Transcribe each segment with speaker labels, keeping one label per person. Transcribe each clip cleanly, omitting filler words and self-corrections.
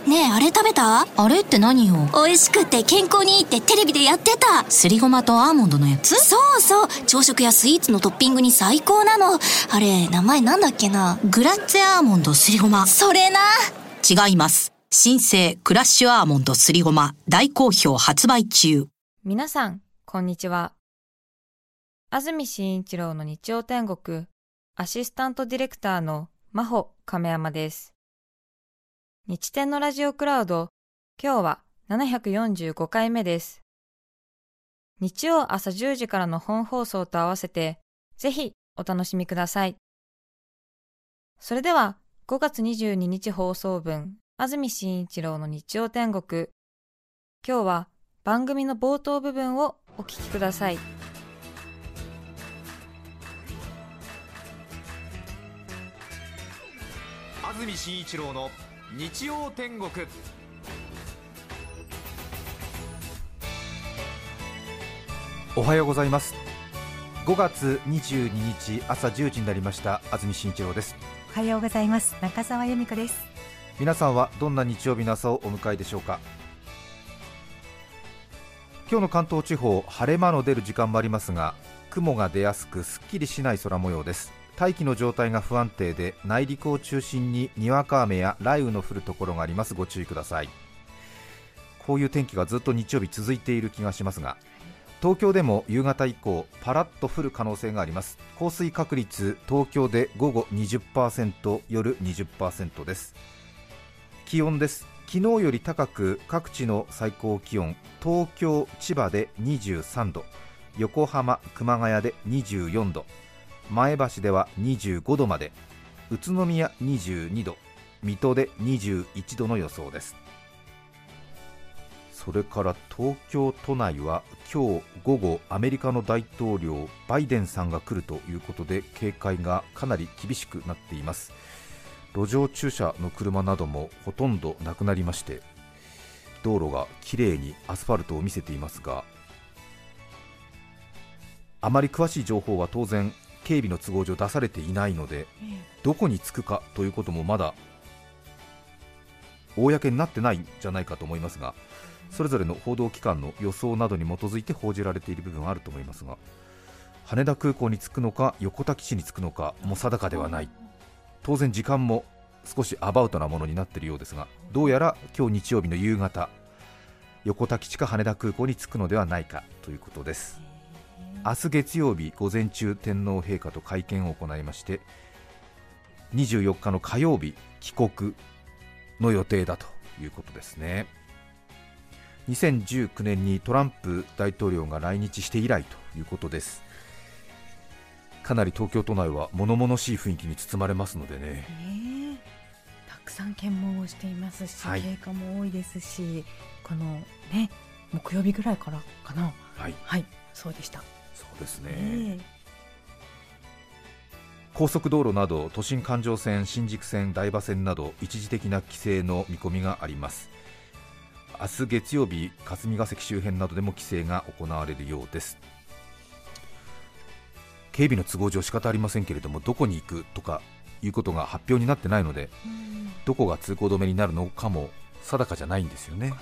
Speaker 1: ねえ、あれ食べた？
Speaker 2: あれって何よ？
Speaker 1: 美味しくて健康にいいってテレビでやってた。
Speaker 2: すりごまとアーモンドのやつ？
Speaker 1: そうそう、朝食やスイーツのトッピングに最高なの。あれ、名前なんだっけな。
Speaker 2: グラッツェアーモンドすりごま。
Speaker 1: それな。
Speaker 2: 違います。新生クラッシュアーモンドすりごま、大好評発売中。
Speaker 3: 皆さんこんにちは。安住紳一郎の日曜天国、アシスタントディレクターの真帆亀山です。日天のラジオクラウド、今日は745回目です。日曜朝10時からの本放送と合わせて、ぜひお楽しみください。それでは5月22日放送分、安住紳一郎の日曜天国。今日は番組の冒頭部分をお聞きください。
Speaker 4: 安住紳一郎の日曜天国。おはようございます。5月22日朝10時になりました。安住紳一郎です。
Speaker 5: おはようございます。中澤由美子です。
Speaker 4: 皆さんはどんな日曜日の朝をお迎えでしょうか。今日の関東地方、晴れ間の出る時間もありますが、雲が出やすくすっきりしない空模様です。大気の状態が不安定で、内陸を中心ににわか雨や雷雨の降るところがあります。ご注意ください。こういう天気がずっと日曜日続いている気がしますが、東京でも夕方以降パラッと降る可能性があります。降水確率、東京で午後 20%、夜 20% です。気温です。昨日より高く、各地の最高気温、東京、千葉で23度、横浜、熊谷で24度、前橋では25度まで、宇都宮22度、水戸で21度の予想です。それから東京都内は今日午後、アメリカの大統領バイデンさんが来るということで、警戒がかなり厳しくなっています。路上駐車の車などもほとんどなくなりまして、道路がきれいにアスファルトを見せていますが、あまり詳しい情報は当然警備の都合上出されていないので、どこに着くかということもまだ公になってないんじゃないかと思いますが、それぞれの報道機関の予想などに基づいて報じられている部分はあると思いますが、羽田空港に着くのか横田基地に着くのかも定かではない。当然時間も少しアバウトなものになっているようですが、どうやら今日日曜日の夕方、横田基地か羽田空港に着くのではないかということです。明日月曜日午前中、天皇陛下と会見を行いまして、24日の火曜日帰国の予定だということですね。2019年にトランプ大統領が来日して以来ということです。かなり東京都内は物々しい雰囲気に包まれますのでね、
Speaker 5: たくさん検問をしていますし、
Speaker 4: はい、
Speaker 5: 経過も多いですし、このね、木曜日ぐらいからかな。
Speaker 4: はい、
Speaker 5: はい、そうでした。
Speaker 4: そうですね。高速道路など都心環状線、新宿線、台場線など一時的な規制の見込みがあります。明日月曜日、霞が関周辺などでも規制が行われるようです。警備の都合上仕方ありませんけれども、どこに行くとかいうことが発表になってないので、どこが通行止めになるのかも定かじゃないんですよね。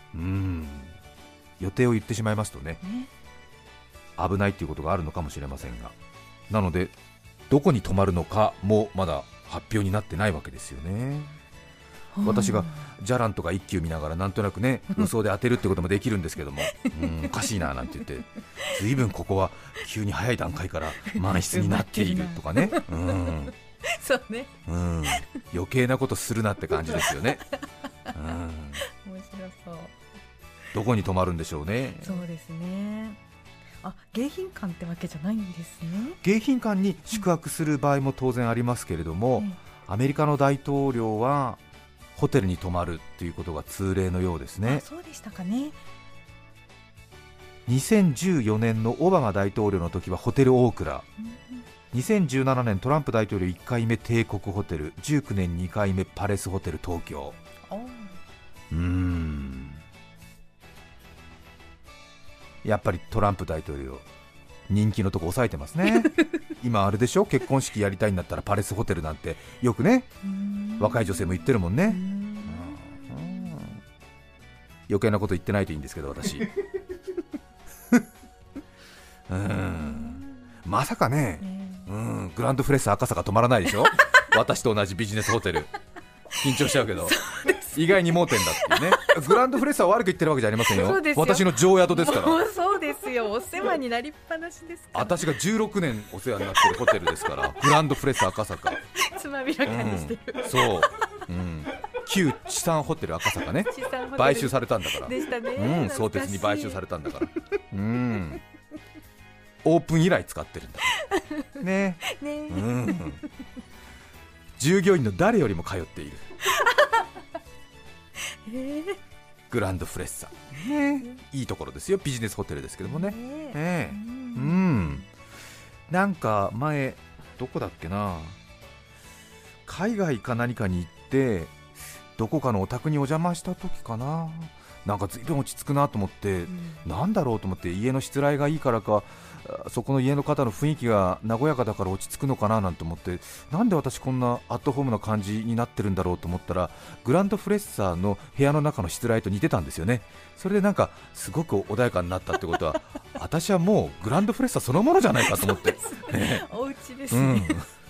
Speaker 4: 予定を言ってしまいますとね、危ないということがあるのかもしれませんが、なのでどこに止まるのかもまだ発表になってないわけですよね。私がじゃらんとか一休見ながらなんとなくね、予想で当てるってこともできるんですけども、おかしいななんて言って、ずいぶんここは急に早い段階から満室になっているとかね、
Speaker 5: そうね、
Speaker 4: 余計なことするなって感じですよね。
Speaker 5: 面白そう。
Speaker 4: どこに止まるんでしょうね。
Speaker 5: そうですね。迎賓館ってわけじゃないんですね。
Speaker 4: 迎賓館に宿泊する場合も当然ありますけれども、アメリカの大統領はホテルに泊まるということが通例のようですね。
Speaker 5: そうでしたかね。
Speaker 4: 2014年のオバマ大統領の時はホテルオークラ、2017年トランプ大統領1回目帝国ホテル、19年2回目パレスホテル東京。やっぱりトランプ大統領人気のとこ抑えてますね。今あれでしょ、結婚式やりたいんだったらパレスホテルなんてよくね、若い女性も言ってるもんね。 余計なこと言ってないといいんですけど私まさかね、グランドフレッサ赤坂止まらないでしょ私と同じビジネスホテル緊張しちゃうけど意外に盲点だっていうね。グランドフレッサは悪く言ってるわけじゃありません よ。私の常宿ですから。
Speaker 5: もうそうですよ、お世話になりっぱなしですから。
Speaker 4: 私が16年お世話になってるホテルですからグランドフレッサ赤坂
Speaker 5: つまびらかにしてる、
Speaker 4: そう、旧地産ホテル赤坂ね、買収されたんだから
Speaker 5: でしたね、
Speaker 4: 相鉄に買収されたんだからオープン以来使ってるんだね従業員の誰よりも通っているグランドフレッサ、いいところですよ。ビジネスホテルですけどもね、なんか前どこだっけな、海外か何かに行ってどこかのお宅にお邪魔した時かな、なんか随分落ち着くなと思って、なんだろうと思って、家のしつらいがいいからかそこの家の方の雰囲気が和やかだから落ち着くのかななんて思って、なんで私こんなアットホームな感じになってるんだろうと思ったら、グランドフレッサーの部屋の中のしつらいと似てたんですよね。それでなんかすごく穏やかになったってことは私はもうグランドフレッサーそのものじゃないかと思って、
Speaker 5: お家ですね、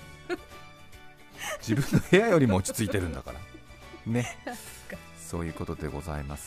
Speaker 4: 自分の部屋よりも落ち着いてるんだからねそういうことでございます。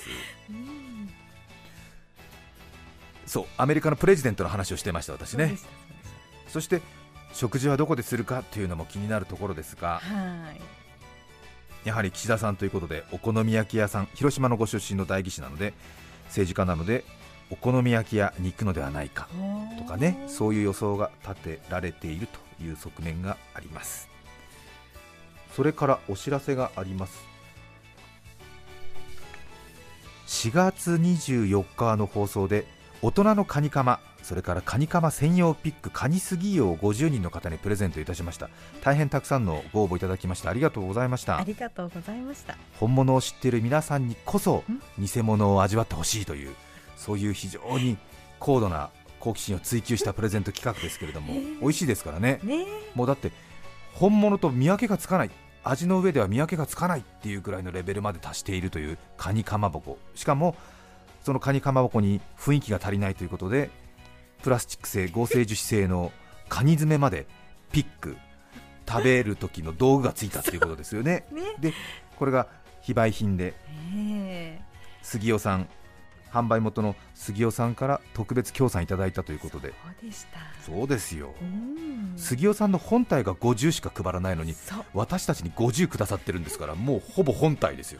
Speaker 4: そうアメリカのプレジデントの話をしてました私ね。そして食事はどこでするかというのも気になるところですが、やはり岸田さんということでお好み焼き屋さん、広島のご出身の代議士なので政治家なのでお好み焼き屋に行くのではないかとかね、そういう予想が立てられているという側面があります。それからお知らせがあります。4月24日の放送で大人のカニカマ、それからカニカマ専用ピックカニスギーを50人の方にプレゼントいたしました。大変たくさんのご応募いただきましてありがとうございました。
Speaker 5: ありがとうございました。
Speaker 4: 本物を知っている皆さんにこそ偽物を味わってほしいという、そういう非常に高度な好奇心を追求したプレゼント企画ですけれども、美味しいですからね。もうだって本物と見分けがつかない、味の上では見分けがつかないっていうくらいのレベルまで達しているというカニかまぼこ、しかもそのカニかまぼこに雰囲気が足りないということでプラスチック製合成樹脂製のカニ詰めまでピック食べる時の道具がついたということですよねでこれが非売品で杉尾さん、販売元の杉尾さんから特別協賛いただいたということで。
Speaker 5: そうでした。
Speaker 4: そうですよ、杉尾さんの本体が50しか配らないのに私たちに50くださってるんですから、もうほぼ本体ですよ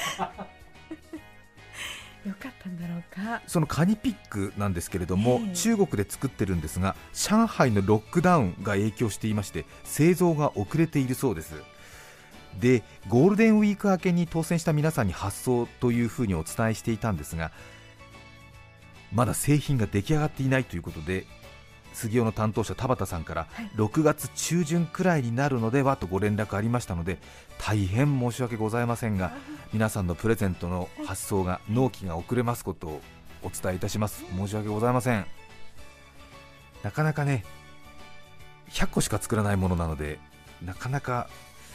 Speaker 5: よかったんだろうか。
Speaker 4: そのカニピックなんですけれども、中国で作ってるんですが上海のロックダウンが影響していまして製造が遅れているそうです。でゴールデンウィーク明けに当選した皆さんに発送というふうにお伝えしていたんですが、まだ製品が出来上がっていないということで、杉尾の担当者田畑さんから6月中旬くらいになるのではとご連絡ありましたので、大変申し訳ございませんが皆さんのプレゼントの発送が納期が遅れますことをお伝えいたします。申し訳ございません。なかなかね100個しか作らないものなのでなかなか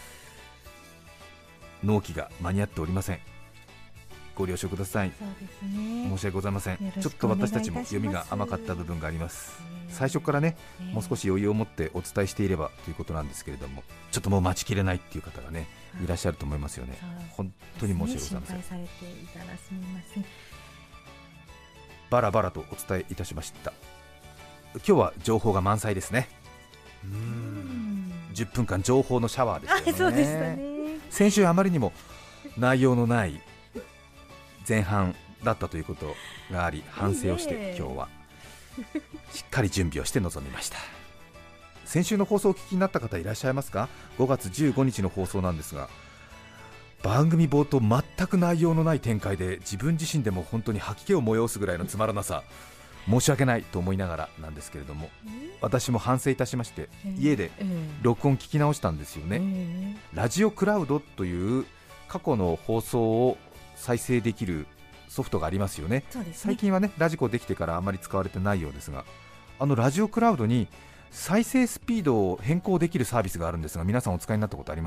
Speaker 4: 納期が間に合っておりません。ご了承ください。
Speaker 5: そうですね、
Speaker 4: 申し訳ございません。ちょっと私たちも読みが甘かった部分があります。最初からね、もう少し余裕を持ってお伝えしていればということなんですけれども、ちょっともう待ちきれないっていう方がねいらっしゃると思いますよね。本当に申し訳ございません。
Speaker 5: 心配されていたらすみません。
Speaker 4: バラバラとお伝えいたしました。今日は情報が満載ですね。10分間情報のシャワーでしたよね。
Speaker 5: そうでしたね。
Speaker 4: 先週あまりにも内容のない前半だったということがあり反省をして今日はしっかり準備をして臨みました。先週の放送をお聞きになった方いらっしゃいますか。5月15日の放送なんですが、番組冒頭全く内容のない展開で自分自身でも本当に吐き気を催すぐらいのつまらなさ、申し訳ないと思いながらなんですけれども、私も反省いたしまして家で録音聞き直したんですよね。ラジオクラウドという過去の放送を再生できるソフトがありますよね。最近はねラジコできてからあまり使われてないようですが、ラジオクラウドに再生スピードを変更できるサービスがあるんですが、皆さんお使いになったことあります？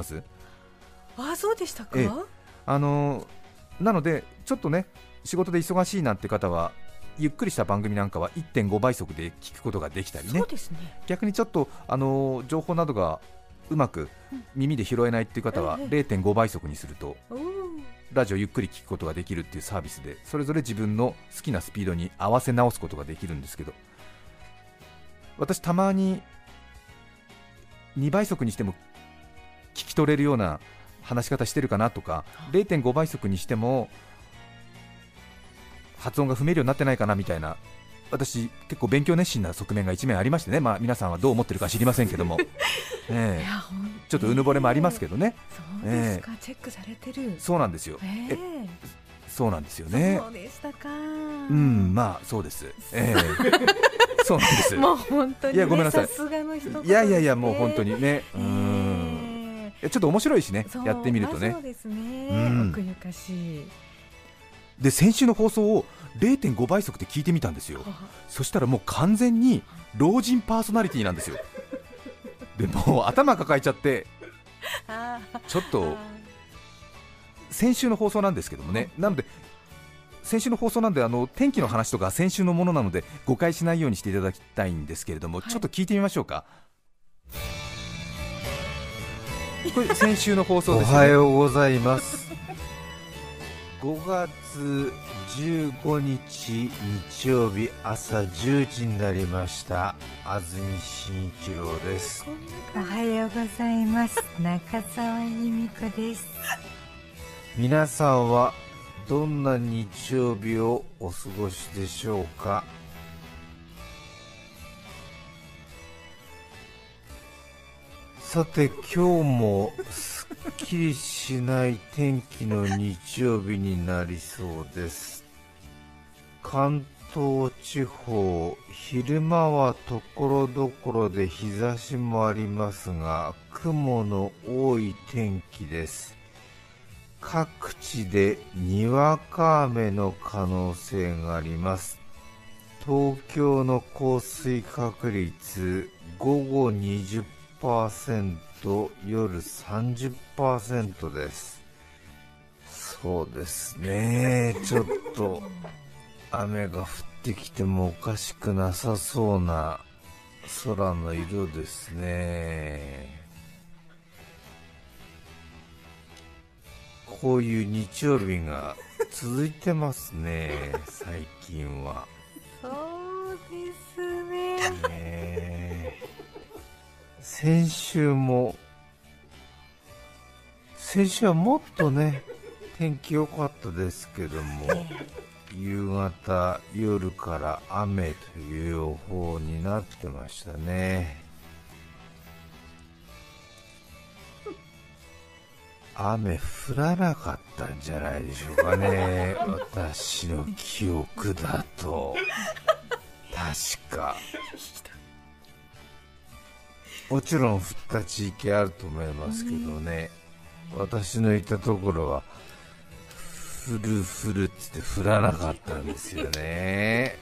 Speaker 5: そうでしたか。
Speaker 4: なのでちょっとね仕事で忙しいなんて方はゆっくりした番組なんかは 1.5 倍速で聞くことができたりね。
Speaker 5: そうですね。
Speaker 4: 逆にちょっと情報などがうまく耳で拾えないっていう方は 0.5 倍速にするとラジオゆっくり聞くことができるっていうサービスで、それぞれ自分の好きなスピードに合わせ直すことができるんですけど、私たまに2倍速にしても聞き取れるような話し方してるかなとか、 0.5 倍速にしても発音が踏めるようになってないかなみたいな、私結構勉強熱心な側面が一面ありましてね、皆さんはどう思ってるか知りませんけども、ちょっとうぬぼれもありますけどね。
Speaker 5: そうですか、チェックされてる。
Speaker 4: そうなんですよ、そうなんですよね。
Speaker 5: そうでしたか。
Speaker 4: そうです、そうなんです。
Speaker 5: もう本当に、ね、
Speaker 4: いやごめんなさい、
Speaker 5: さすがの人、
Speaker 4: いやもう本当にね、ちょっと面白いしね、やってみるとね。
Speaker 5: そうですね、奥ゆかしい。
Speaker 4: で先週の放送を 0.5 倍速で聞いてみたんですよ。そしたらもう完全に老人パーソナリティなんですよ。でもう頭抱えちゃってちょっと先週の放送なんですけどもね、なので先週の放送なんで天気の話とか先週のものなので誤解しないようにしていただきたいんですけれども、ちょっと聞いてみましょうか。これ先週の放送です、ね、
Speaker 6: おはようございます。5月15日日曜日朝10時になりました。安住紳一郎です。
Speaker 7: おはようございます。中澤由美子です。
Speaker 6: 皆さんはどんな日曜日をお過ごしでしょうか。さて今日もすっきりしない天気の日曜日になりそうです。関東地方、昼間はところどころで日差しもありますが雲の多い天気です。各地でにわか雨の可能性があります。東京の降水確率午後20%、夜 30% です。そうですね、ちょっと雨が降ってきてもおかしくなさそうな空の色ですね。こういう日曜日が続いてますね最近は。
Speaker 7: そうですね。
Speaker 6: 先週はもっとね天気良かったですけども、夕方夜から雨という予報になってましたね。雨降らなかったんじゃないでしょうかね私の記憶だと確か。もちろん降った地域あると思いますけどね、私のいたところは降るって言って降らなかったんですよね。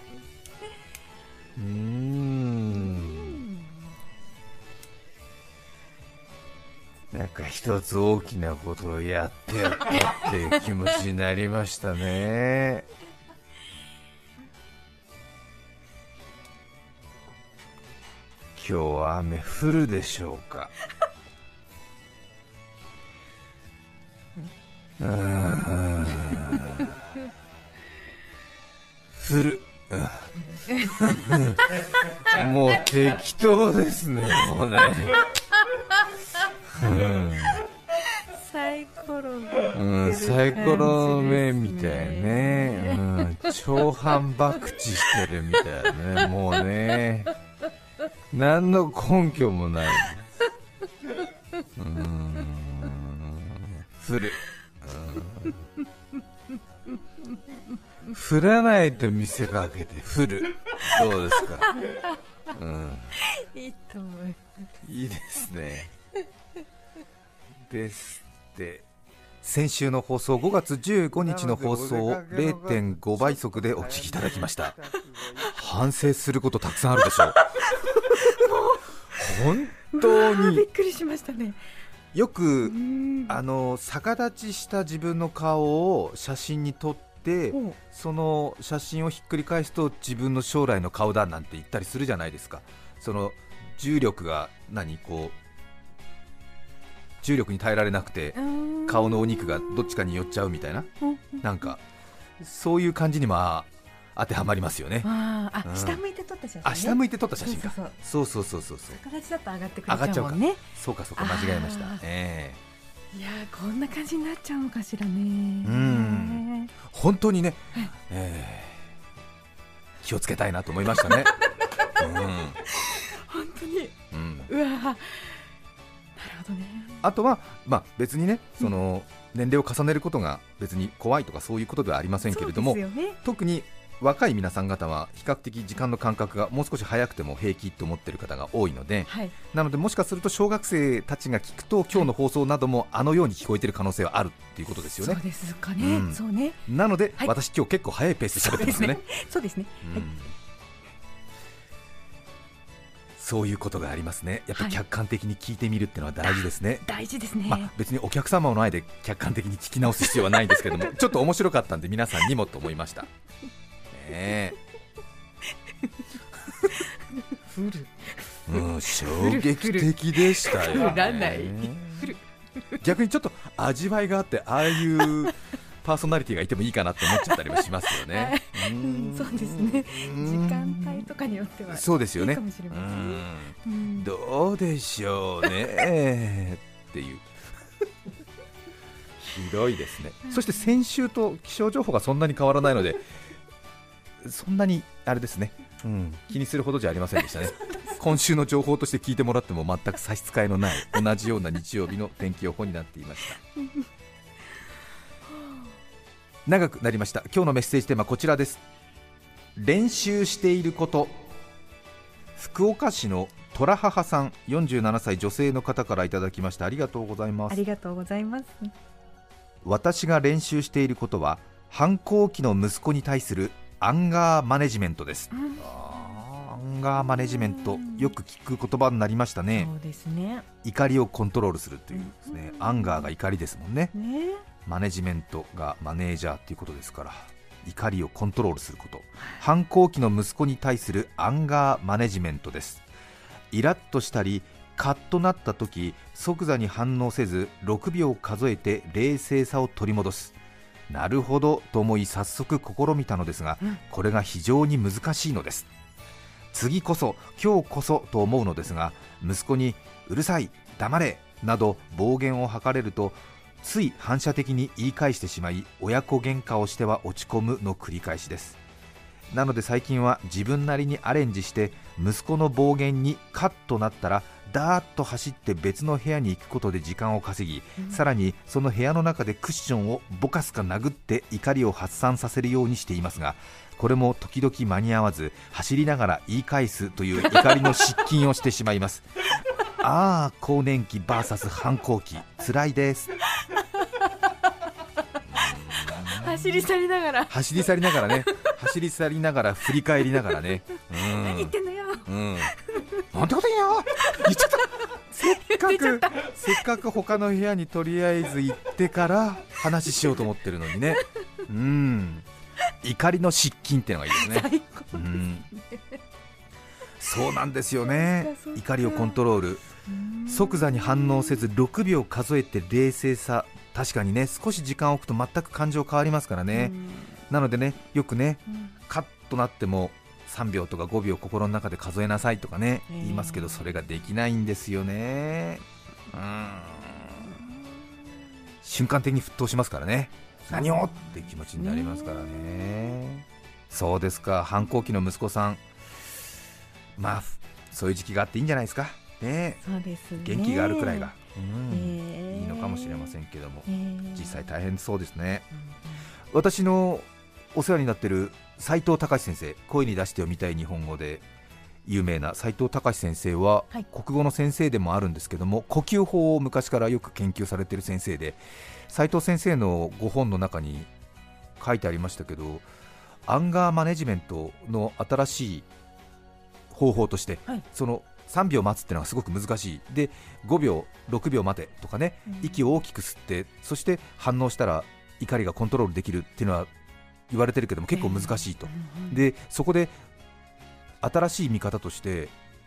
Speaker 6: なんか一つ大きなことをやってやったっていう気持ちになりましたね。今日は雨降るでしょうか。降るもう適当ですね、もうね。
Speaker 7: サイコロ
Speaker 6: サイコロ目みたいね、超反博打してるみたいね、もうね何の根拠もない。降る、降らないと見せかけて降る。どうですか。
Speaker 7: いいと思います。
Speaker 6: いいですね。ですって。
Speaker 4: 先週の放送、5月15日の放送を 0.5 倍速でお聞きいただきました。反省することたくさんあるでしょう。本当に
Speaker 5: びっくりしましたね。
Speaker 4: よく逆立ちした自分の顔を写真に撮っで
Speaker 5: ほう
Speaker 4: その写真をひっくり返すと自分の将来の顔だなんて言ったりするじゃないですか。その重力が重力に耐えられなくて顔のお肉がどっちかに寄っちゃうみたいな、なんかそういう感じにも当てはまりますよね。
Speaker 5: 下向いて撮った写真ね。
Speaker 4: 下向いて撮った写真か。そう
Speaker 5: 形だと上がってくれちゃうもんね。
Speaker 4: そうか間違えました。
Speaker 5: いやこんな感じになっちゃうのかしらね。
Speaker 4: 本当にね、気をつけたいなと思いましたね。
Speaker 5: 本当に、うわなるほどね。
Speaker 4: あとは、別にね、その年齢を重ねることが別に怖いとかそういうことではありませんけれども、特に若い皆さん方は比較的時間の感覚がもう少し早くても平気と思っている方が多いので、なのでもしかすると小学生たちが聞くと今日の放送などもあのように聞こえている可能性はあるということですよね。
Speaker 5: そうですかね、そうね。
Speaker 4: なので、私今日結構早いペースで喋ってますよね。
Speaker 5: そうですね。
Speaker 4: そういうことがありますね。やっぱり客観的に聞いてみるっていうのは大事ですね。
Speaker 5: 大事ですね。
Speaker 4: 別にお客様の前で客観的に聞き直す必要はないんですけどもちょっと面白かったんで皆さんにもと思いました。衝撃的でしたよ、逆にちょっと味わいがあって、ああいうパーソナリティがいてもいいかなって思っちゃったりもしますよね。
Speaker 5: そうですね。時間帯とかによっては
Speaker 4: そうですよね。
Speaker 5: いいかもしれません。
Speaker 4: どうでしょうねっていうひどいですね。そして先週と気象情報がそんなに変わらないのでそんなにあれですね、気にするほどじゃありませんでしたね。今週の情報として聞いてもらっても全く差し支えのない同じような日曜日の天気予報になっていました。長くなりました。今日のメッセージテーマこちらです。練習していること。福岡市の虎母さん、47歳女性の方からいただきました。ありがとうございます。
Speaker 5: ありがとうございます。
Speaker 4: 私が練習していることは反抗期の息子に対するアンガーマネジメントです。アンガーマネジメント、よく聞く言葉になりましたね。
Speaker 5: そうですね。
Speaker 4: 怒りをコントロールするというですね、アンガーが怒りですもんね。マネジメントがマネージャーということですから、怒りをコントロールすること、反抗期の息子に対するアンガーマネジメントです。イラッとしたりカッとなった時、即座に反応せず6秒数えて冷静さを取り戻す。なるほどと思い早速試みたのですが、これが非常に難しいのです。次こそ今日こそと思うのですが、息子にうるさい、黙れなど暴言を吐かれるとつい反射的に言い返してしまい、親子喧嘩をしては落ち込むの繰り返しです。なので最近は自分なりにアレンジして、息子の暴言にカッとなったらダーッと走って別の部屋に行くことで時間を稼ぎ、さらにその部屋の中でクッションをボカスカ殴って怒りを発散させるようにしていますが、これも時々間に合わず走りながら言い返すという怒りの失禁をしてしまいます。ああ、更年期 vs 反抗期、つらいです。
Speaker 5: 走り去りながらね、走
Speaker 4: り去りながら振り返りながらね、
Speaker 5: 何言ってんのよ、
Speaker 4: なんてこと言うよ、言っちゃった。せっかく他の部屋にとりあえず行ってから話しようと思ってるのにね。怒りの失禁っていうのがいいですね。
Speaker 5: 最高ですね。
Speaker 4: そうなんですよね。怒りをコントロール、即座に反応せず6秒数えて冷静さ、確かにね、少し時間を置くと全く感情変わりますからね。なのでね、よくね、カッとなっても3秒とか5秒心の中で数えなさいとかね、言いますけど、それができないんですよね。瞬間的に沸騰しますからね。何をって気持ちになりますからね。そうですか、反抗期の息子さん、そういう時期があっていいんじゃないですかね。
Speaker 5: そうですね、
Speaker 4: 元気があるくらいが、いいのかもしれませんけども、実際大変そうですね。私のお世話になっている斉藤隆先生、声に出して読みたい日本語で有名な斉藤隆先生は、国語の先生でもあるんですけども、呼吸法を昔からよく研究されている先生で、斉藤先生のご本の中に書いてありましたけど、アンガーマネジメントの新しい方法として、その3秒待つっていうのはすごく難しい。で、5秒6秒待てとかね、息を大きく吸って、そして反応したら怒りがコントロールできるっていうのは言われてるけども結構難しいと、でそこで新しい見方として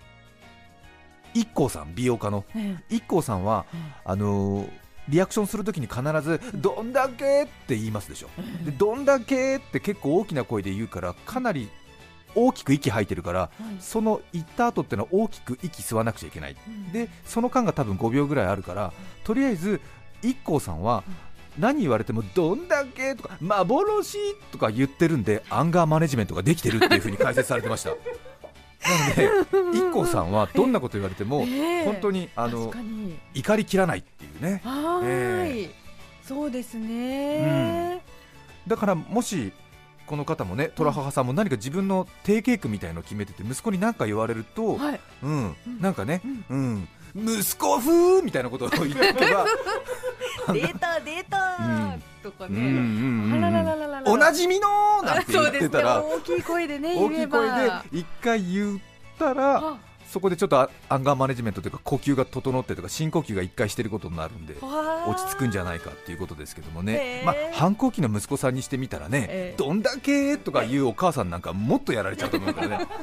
Speaker 4: IKKOさん、美容家のIKKOさんはリアクションするときに必ずどんだけって言いますでしょ。でどんだけって結構大きな声で言うからかなり大きく息吐いてるから、その言った後ってのは大きく息吸わなくちゃいけない、でその間が多分5秒ぐらいあるから、とりあえずIKKOさんは何言われてもどんだけとか幻とか言ってるんで、アンガーマネジメントができてるっていう風に解説されてましたなのでIKKOさんはどんなこと言われても本当に怒りきらないっていうね。
Speaker 5: そうですね、
Speaker 4: だからもしこの方もね、トラ母さんも何か自分の定型句みたいのを決めてて、息子に何か言われると、なんかね、息子風みたいなことを言っておけば
Speaker 5: データとかね、
Speaker 4: おなじみのなんて言ってたら、
Speaker 5: 大きい声でね、
Speaker 4: 大きい声で一回言ったら、そこでちょっとアンガーマネジメントというか呼吸が整ってとか深呼吸が一回してることになるんで落ち着くんじゃないかっていうことですけどもね、反抗期の息子さんにしてみたらね、どんだけとかいうお母さんなんかもっとやられちゃうと思うからね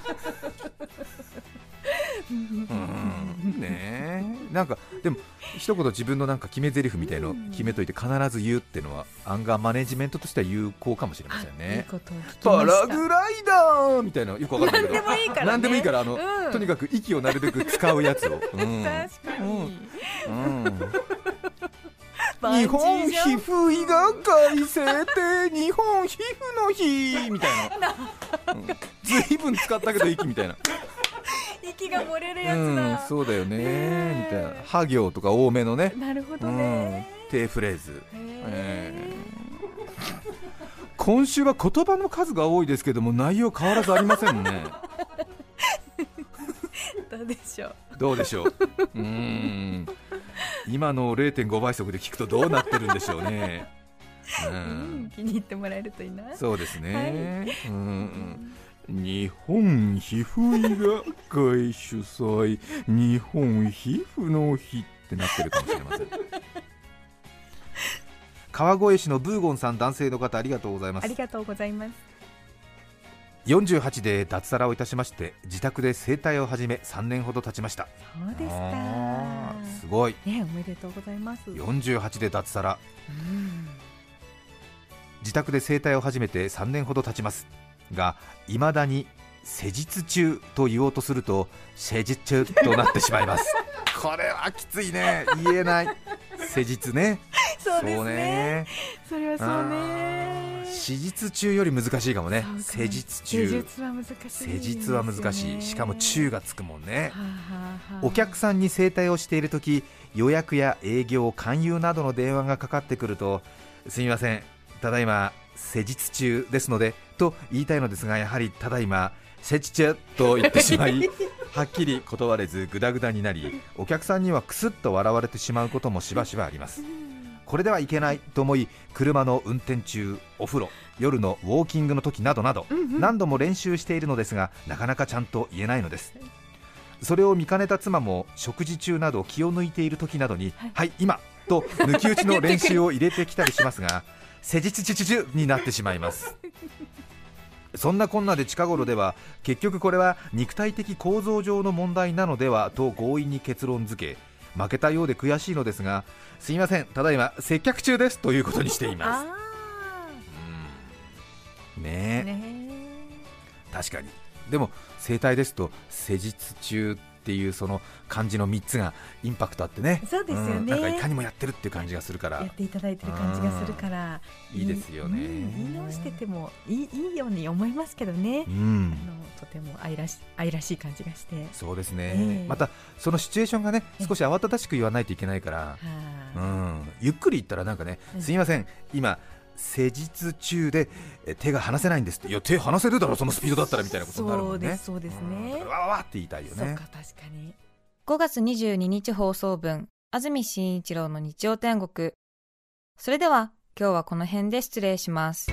Speaker 4: なんかでも一言自分のなんか決め台詞みたいのを決めといて必ず言うっていうのはアンガーマネジメントとしては有効かもしれませんね。パラグライダーみたいなよくわかんないけど何でもいいからとにかく息をなるべく使うやつを確かに、日本皮膚医学会制定日本皮膚の日みたいな、ずいぶん使ったけど息みたいな
Speaker 5: 息が漏れるやつだ、
Speaker 4: そうだよねみたいな、は行とか多めのね、
Speaker 5: なるほどね、
Speaker 4: 低フレーズ、今週は言葉の数が多いですけども内容変わらずありませんねどうでしょう今の 0.5 倍速で聞くとどうなってるんでしょうね、
Speaker 5: 気に入ってもらえるといいな。
Speaker 4: そうですね、日本皮膚医学会主催日本皮膚の日ってなってるかもしれません川越市のブーゴンさん、男性の方、ありがとうございます。
Speaker 5: ありがとうございます。
Speaker 4: 48で脱サラをいたしまして、自宅で整体を始め3年ほど経ちました。
Speaker 5: そうですか、
Speaker 4: すごい、
Speaker 5: おめでとうございます。
Speaker 4: 48で脱サラ、自宅で整体を始めて3年ほど経ちますが、未だに施術中と言おうとすると施術中となってしまいますこれはきついね、言えない施術ね
Speaker 5: そうですね、それはそうね、
Speaker 4: 施術中より難しいかもね。施術中、
Speaker 5: 施術は難しいですよね。
Speaker 4: 施術は難しい、しかも中がつくもんね。お客さんに整体をしているとき、予約や営業、勧誘などの電話がかかってくると、すみません、ただいま施術中ですのでと言いたいのですが、やはりただいま施術中と言ってしまいはっきり断れずグダグダになり、お客さんにはクスッと笑われてしまうこともしばしばあります。これではいけないと思い、車の運転中、お風呂、夜のウォーキングの時などなど何度も練習しているのですが、なかなかちゃんと言えないのです。それを見かねた妻も食事中など気を抜いている時などに、はい今と抜き打ちの練習を入れてきたりしますが施術中になってしまいますそんなこんなで近頃では、結局これは肉体的構造上の問題なのではと強引に結論付け、負けたようで悔しいのですが、すいません、ただいま接客中ですということにしています。確かに。でも整体ですと施術中っていうその漢字の3つがインパクトあってね。
Speaker 5: そうですよね、
Speaker 4: なんかいかにもやってるっていう感じがするから、
Speaker 5: やっていただいてる感じがするから
Speaker 4: いいですよね。
Speaker 5: 言い直しててもいいように思いますけどね、とても愛らしい感じがして。
Speaker 4: そうですね、またそのシチュエーションがね、少し慌ただしく言わないといけないから、ゆっくり言ったらなんかね、すいません今施術中で手が離せないんですって、いや手離せるだろそのスピードだったらみたいなことになるもんね。
Speaker 5: そうですね、
Speaker 4: わわって言いたいよね。
Speaker 5: そうか、確かに。
Speaker 3: 5月22日放送分、安住紳一郎の日曜天国。それでは今日はこの辺で失礼します。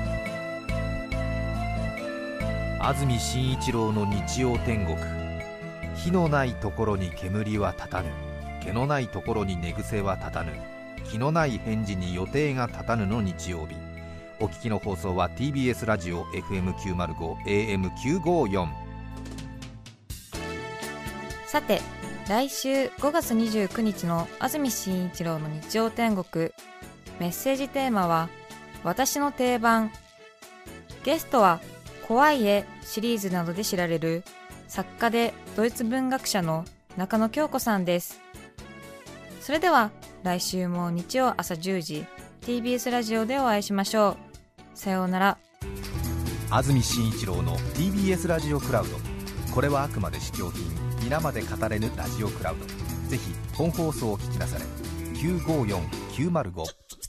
Speaker 4: 安住紳一郎の日曜天国。火のないところに煙は立たぬ、毛のないところに寝癖は立たぬ、気のない返事に予定が立たぬの日曜日。 お聞きの放送は TBS ラジオ FM905 AM954。
Speaker 3: さて、来週5月29日の安住紳一郎の日曜天国、メッセージテーマは私の定番。ゲストは怖い絵シリーズなどで知られる作家でドイツ文学者の中野京子さんです。それでは来週も日曜朝10時 TBS ラジオでお会いしましょう。さようなら。
Speaker 4: 安住紳一郎の TBS ラジオクラウド。これはあくまで試供品、皆まで語れぬラジオクラウド。ぜひ本放送を聞きなされ。954905。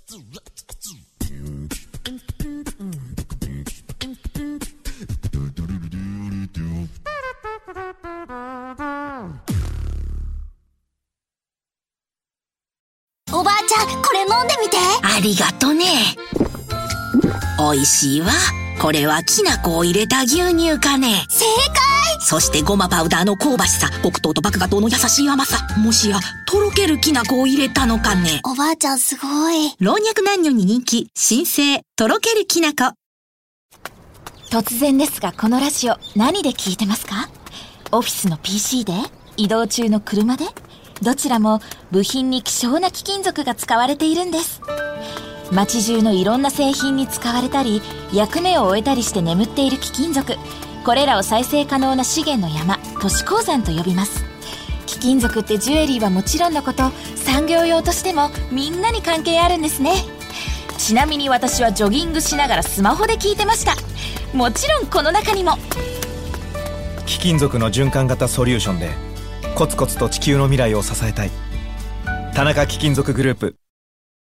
Speaker 1: おばあちゃん、これ飲んでみて。
Speaker 2: ありがとね。おいしいわ。これはきな粉を入れた牛乳かね。
Speaker 1: 正解。
Speaker 2: そしてごまパウダーの香ばしさ、黒糖と麦芽糖の優しい甘さ、もしやとろけるきな粉を入れたのかね。
Speaker 1: おばあちゃんすごい。
Speaker 2: 老若男女に人気、新生とろけるきな粉。
Speaker 8: 突然ですが、このラジオ何で聞いてますか？オフィスの PC で？移動中の車で？どちらも部品に希少な貴金属が使われているんです。街中のいろんな製品に使われたり、役目を終えたりして眠っている貴金属、これらを再生可能な資源の山、都市鉱山と呼びます。貴金属ってジュエリーはもちろんのこと、産業用としてもみんなに関係あるんですね。ちなみに私はジョギングしながらスマホで聞いてました。もちろんこの中にも
Speaker 9: 貴金属の循環型ソリューションでコツコツと地球の未来を支えたい。田中貴金属グループ。